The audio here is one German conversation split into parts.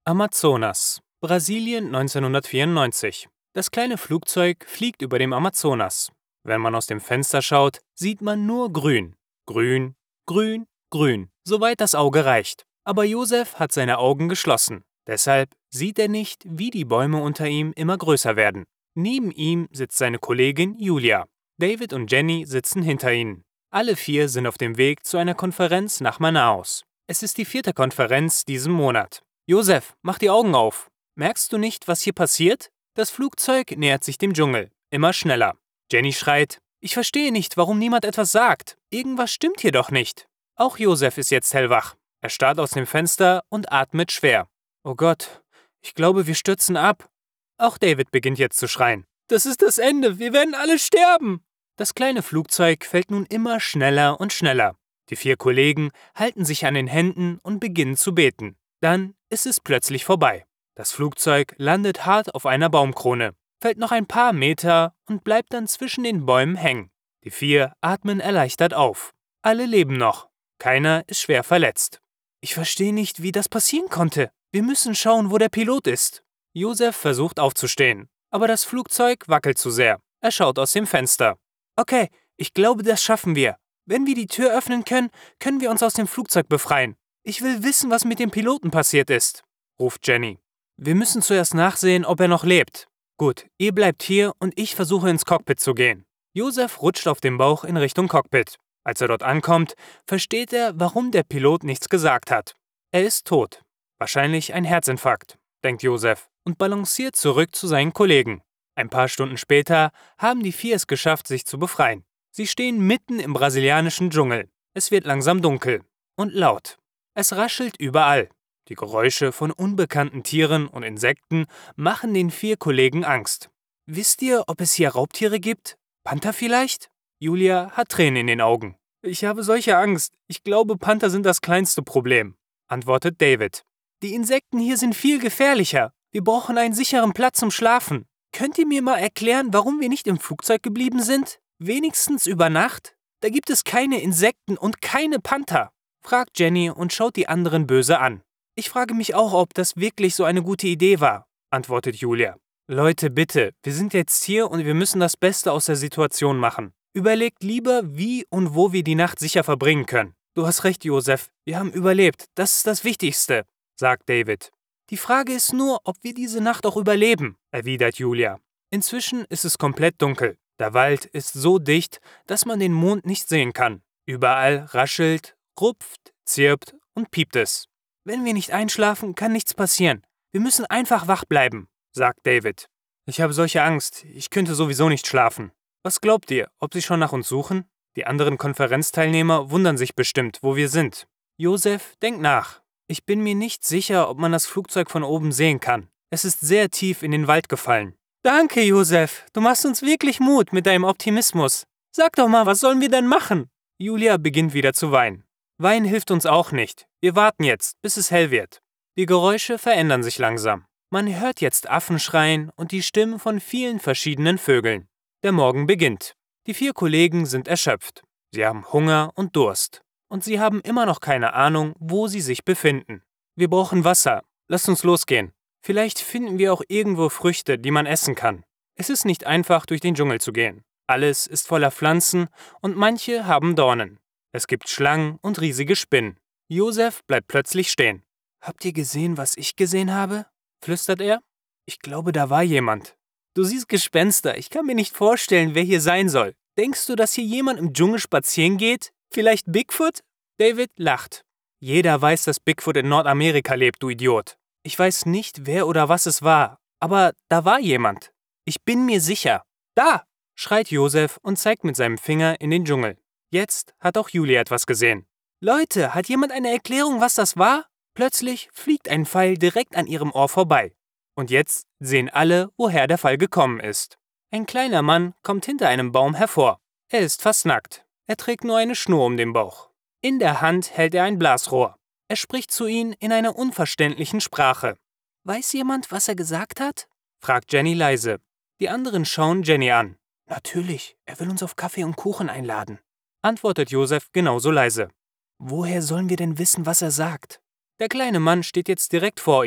Amazonas, Brasilien 1994. Das kleine Flugzeug fliegt über dem Amazonas. Wenn man aus dem Fenster schaut, sieht man nur Grün. Grün, Grün, Grün, soweit das Auge reicht. Aber Josef hat seine Augen geschlossen. Deshalb sieht er nicht, wie die Bäume unter ihm immer größer werden. Neben ihm sitzt seine Kollegin Julia. David und Jenny sitzen hinter ihnen. Alle vier sind auf dem Weg zu einer Konferenz nach Manaus. Es ist die 4. Konferenz diesen Monat. Josef, mach die Augen auf. Merkst du nicht, was hier passiert? Das Flugzeug nähert sich dem Dschungel, immer schneller. Jenny schreit, ich verstehe nicht, warum niemand etwas sagt. Irgendwas stimmt hier doch nicht. Auch Josef ist jetzt hellwach. Er starrt aus dem Fenster und atmet schwer. Oh Gott, ich glaube, wir stürzen ab. Auch David beginnt jetzt zu schreien. Das ist das Ende, wir werden alle sterben. Das kleine Flugzeug fällt nun immer schneller und schneller. Die 4 Kollegen halten sich an den Händen und beginnen zu beten. Dann ist es plötzlich vorbei. Das Flugzeug landet hart auf einer Baumkrone, fällt noch ein paar Meter und bleibt dann zwischen den Bäumen hängen. Die 4 atmen erleichtert auf. Alle leben noch. Keiner ist schwer verletzt. Ich verstehe nicht, wie das passieren konnte. Wir müssen schauen, wo der Pilot ist. Josef versucht aufzustehen, aber das Flugzeug wackelt zu sehr. Er schaut aus dem Fenster. Okay, ich glaube, das schaffen wir. Wenn wir die Tür öffnen können, können wir uns aus dem Flugzeug befreien. Ich will wissen, was mit dem Piloten passiert ist, ruft Jenny. Wir müssen zuerst nachsehen, ob er noch lebt. Gut, ihr bleibt hier und ich versuche ins Cockpit zu gehen. Josef rutscht auf dem Bauch in Richtung Cockpit. Als er dort ankommt, versteht er, warum der Pilot nichts gesagt hat. Er ist tot. Wahrscheinlich ein Herzinfarkt, denkt Josef und balanciert zurück zu seinen Kollegen. Ein paar Stunden später haben die 4 es geschafft, sich zu befreien. Sie stehen mitten im brasilianischen Dschungel. Es wird langsam dunkel und laut. Es raschelt überall. Die Geräusche von unbekannten Tieren und Insekten machen den 4 Kollegen Angst. Wisst ihr, ob es hier Raubtiere gibt? Panther vielleicht? Julia hat Tränen in den Augen. Ich habe solche Angst. Ich glaube, Panther sind das kleinste Problem, antwortet David. Die Insekten hier sind viel gefährlicher. Wir brauchen einen sicheren Platz zum Schlafen. Könnt ihr mir mal erklären, warum wir nicht im Flugzeug geblieben sind? Wenigstens über Nacht? Da gibt es keine Insekten und keine Panther, fragt Jenny und schaut die anderen böse an. Ich frage mich auch, ob das wirklich so eine gute Idee war, antwortet Julia. Leute, bitte, wir sind jetzt hier und wir müssen das Beste aus der Situation machen. Überlegt lieber, wie und wo wir die Nacht sicher verbringen können. Du hast recht, Josef, wir haben überlebt, das ist das Wichtigste, sagt David. Die Frage ist nur, ob wir diese Nacht auch überleben, erwidert Julia. Inzwischen ist es komplett dunkel. Der Wald ist so dicht, dass man den Mond nicht sehen kann. Überall raschelt, rupft, zirpt und piept es. Wenn wir nicht einschlafen, kann nichts passieren. Wir müssen einfach wach bleiben, sagt David. Ich habe solche Angst, ich könnte sowieso nicht schlafen. Was glaubt ihr, ob sie schon nach uns suchen? Die anderen Konferenzteilnehmer wundern sich bestimmt, wo wir sind. Josef, denk nach. Ich bin mir nicht sicher, ob man das Flugzeug von oben sehen kann. Es ist sehr tief in den Wald gefallen. Danke, Josef. Du machst uns wirklich Mut mit deinem Optimismus. Sag doch mal, was sollen wir denn machen? Julia beginnt wieder zu weinen. Weinen hilft uns auch nicht. Wir warten jetzt, bis es hell wird. Die Geräusche verändern sich langsam. Man hört jetzt Affen schreien und die Stimmen von vielen verschiedenen Vögeln. Der Morgen beginnt. Die 4 Kollegen sind erschöpft. Sie haben Hunger und Durst. Und sie haben immer noch keine Ahnung, wo sie sich befinden. Wir brauchen Wasser. Lasst uns losgehen. Vielleicht finden wir auch irgendwo Früchte, die man essen kann. Es ist nicht einfach, durch den Dschungel zu gehen. Alles ist voller Pflanzen und manche haben Dornen. Es gibt Schlangen und riesige Spinnen. Josef bleibt plötzlich stehen. Habt ihr gesehen, was ich gesehen habe? Flüstert er. Ich glaube, da war jemand. Du siehst Gespenster. Ich kann mir nicht vorstellen, wer hier sein soll. Denkst du, dass hier jemand im Dschungel spazieren geht? Vielleicht Bigfoot? David lacht. Jeder weiß, dass Bigfoot in Nordamerika lebt, du Idiot. Ich weiß nicht, wer oder was es war, aber da war jemand. Ich bin mir sicher. Da! Schreit Josef und zeigt mit seinem Finger in den Dschungel. Jetzt hat auch Julia etwas gesehen. Leute, hat jemand eine Erklärung, was das war? Plötzlich fliegt ein Pfeil direkt an ihrem Ohr vorbei. Und jetzt sehen alle, woher der Pfeil gekommen ist. Ein kleiner Mann kommt hinter einem Baum hervor. Er ist fast nackt. Er trägt nur eine Schnur um den Bauch. In der Hand hält er ein Blasrohr. Er spricht zu ihnen in einer unverständlichen Sprache. Weiß jemand, was er gesagt hat? Fragt Jenny leise. Die anderen schauen Jenny an. Natürlich, er will uns auf Kaffee und Kuchen einladen, antwortet Josef genauso leise. Woher sollen wir denn wissen, was er sagt? Der kleine Mann steht jetzt direkt vor ihnen.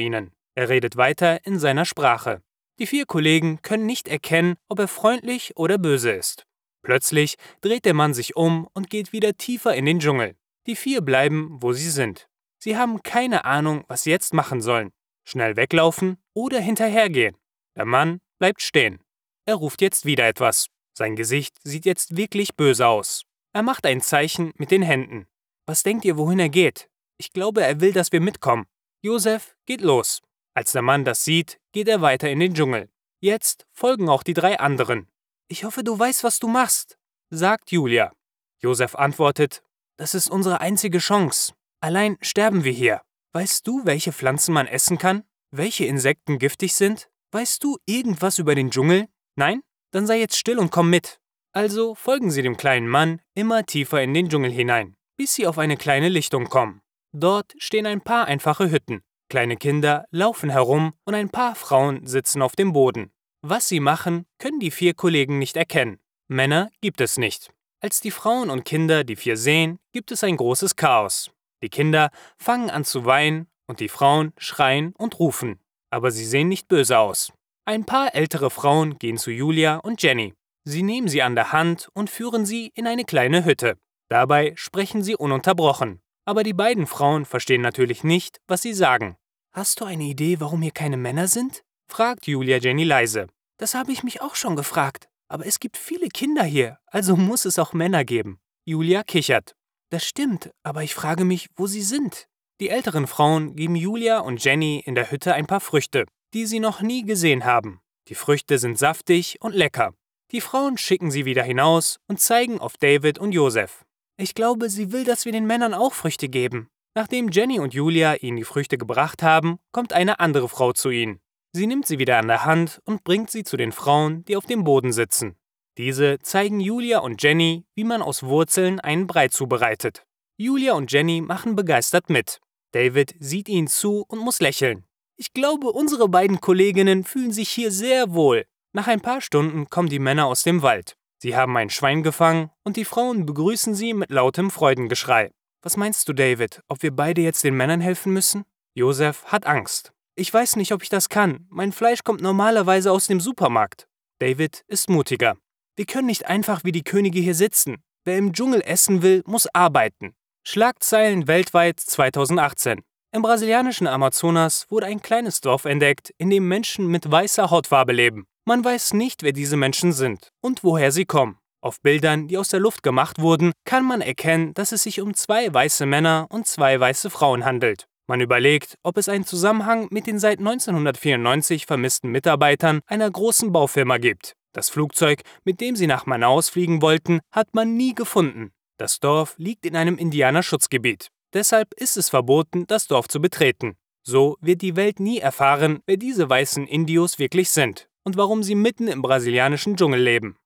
Er redet weiter in seiner Sprache. Die 4 Kollegen können nicht erkennen, ob er freundlich oder böse ist. Plötzlich dreht der Mann sich um und geht wieder tiefer in den Dschungel. Die 4 bleiben, wo sie sind. Sie haben keine Ahnung, was sie jetzt machen sollen. Schnell weglaufen oder hinterhergehen. Der Mann bleibt stehen. Er ruft jetzt wieder etwas. Sein Gesicht sieht jetzt wirklich böse aus. Er macht ein Zeichen mit den Händen. Was denkt ihr, wohin er geht? Ich glaube, er will, dass wir mitkommen. Josef geht los. Als der Mann das sieht, geht er weiter in den Dschungel. Jetzt folgen auch die 3 anderen. Ich hoffe, du weißt, was du machst, sagt Julia. Josef antwortet, das ist unsere einzige Chance. Allein sterben wir hier. Weißt du, welche Pflanzen man essen kann? Welche Insekten giftig sind? Weißt du irgendwas über den Dschungel? Nein? Dann sei jetzt still und komm mit. Also folgen sie dem kleinen Mann immer tiefer in den Dschungel hinein, bis sie auf eine kleine Lichtung kommen. Dort stehen ein paar einfache Hütten. Kleine Kinder laufen herum und ein paar Frauen sitzen auf dem Boden. Was sie machen, können die 4 Kollegen nicht erkennen. Männer gibt es nicht. Als die Frauen und Kinder die 4 sehen, gibt es ein großes Chaos. Die Kinder fangen an zu weinen und die Frauen schreien und rufen. Aber sie sehen nicht böse aus. Ein paar ältere Frauen gehen zu Julia und Jenny. Sie nehmen sie an der Hand und führen sie in eine kleine Hütte. Dabei sprechen sie ununterbrochen. Aber die beiden Frauen verstehen natürlich nicht, was sie sagen. Hast du eine Idee, warum hier keine Männer sind? Fragt Julia Jenny leise. Das habe ich mich auch schon gefragt. Aber es gibt viele Kinder hier, also muss es auch Männer geben. Julia kichert. Das stimmt, aber ich frage mich, wo sie sind. Die älteren Frauen geben Julia und Jenny in der Hütte ein paar Früchte, die sie noch nie gesehen haben. Die Früchte sind saftig und lecker. Die Frauen schicken sie wieder hinaus und zeigen auf David und Josef. Ich glaube, sie will, dass wir den Männern auch Früchte geben. Nachdem Jenny und Julia ihnen die Früchte gebracht haben, kommt eine andere Frau zu ihnen. Sie nimmt sie wieder an der Hand und bringt sie zu den Frauen, die auf dem Boden sitzen. Diese zeigen Julia und Jenny, wie man aus Wurzeln einen Brei zubereitet. Julia und Jenny machen begeistert mit. David sieht ihnen zu und muss lächeln. Ich glaube, unsere beiden Kolleginnen fühlen sich hier sehr wohl. Nach ein paar Stunden kommen die Männer aus dem Wald. Sie haben ein Schwein gefangen und die Frauen begrüßen sie mit lautem Freudengeschrei. Was meinst du, David, ob wir beide jetzt den Männern helfen müssen? Josef hat Angst. Ich weiß nicht, ob ich das kann. Mein Fleisch kommt normalerweise aus dem Supermarkt. David ist mutiger. Wir können nicht einfach wie die Könige hier sitzen. Wer im Dschungel essen will, muss arbeiten. Schlagzeilen weltweit 2018. Im brasilianischen Amazonas wurde ein kleines Dorf entdeckt, in dem Menschen mit weißer Hautfarbe leben. Man weiß nicht, wer diese Menschen sind und woher sie kommen. Auf Bildern, die aus der Luft gemacht wurden, kann man erkennen, dass es sich um 2 weiße Männer und 2 weiße Frauen handelt. Man überlegt, ob es einen Zusammenhang mit den seit 1994 vermissten Mitarbeitern einer großen Baufirma gibt. Das Flugzeug, mit dem sie nach Manaus fliegen wollten, hat man nie gefunden. Das Dorf liegt in einem Indianerschutzgebiet. Deshalb ist es verboten, das Dorf zu betreten. So wird die Welt nie erfahren, wer diese weißen Indios wirklich sind und warum sie mitten im brasilianischen Dschungel leben.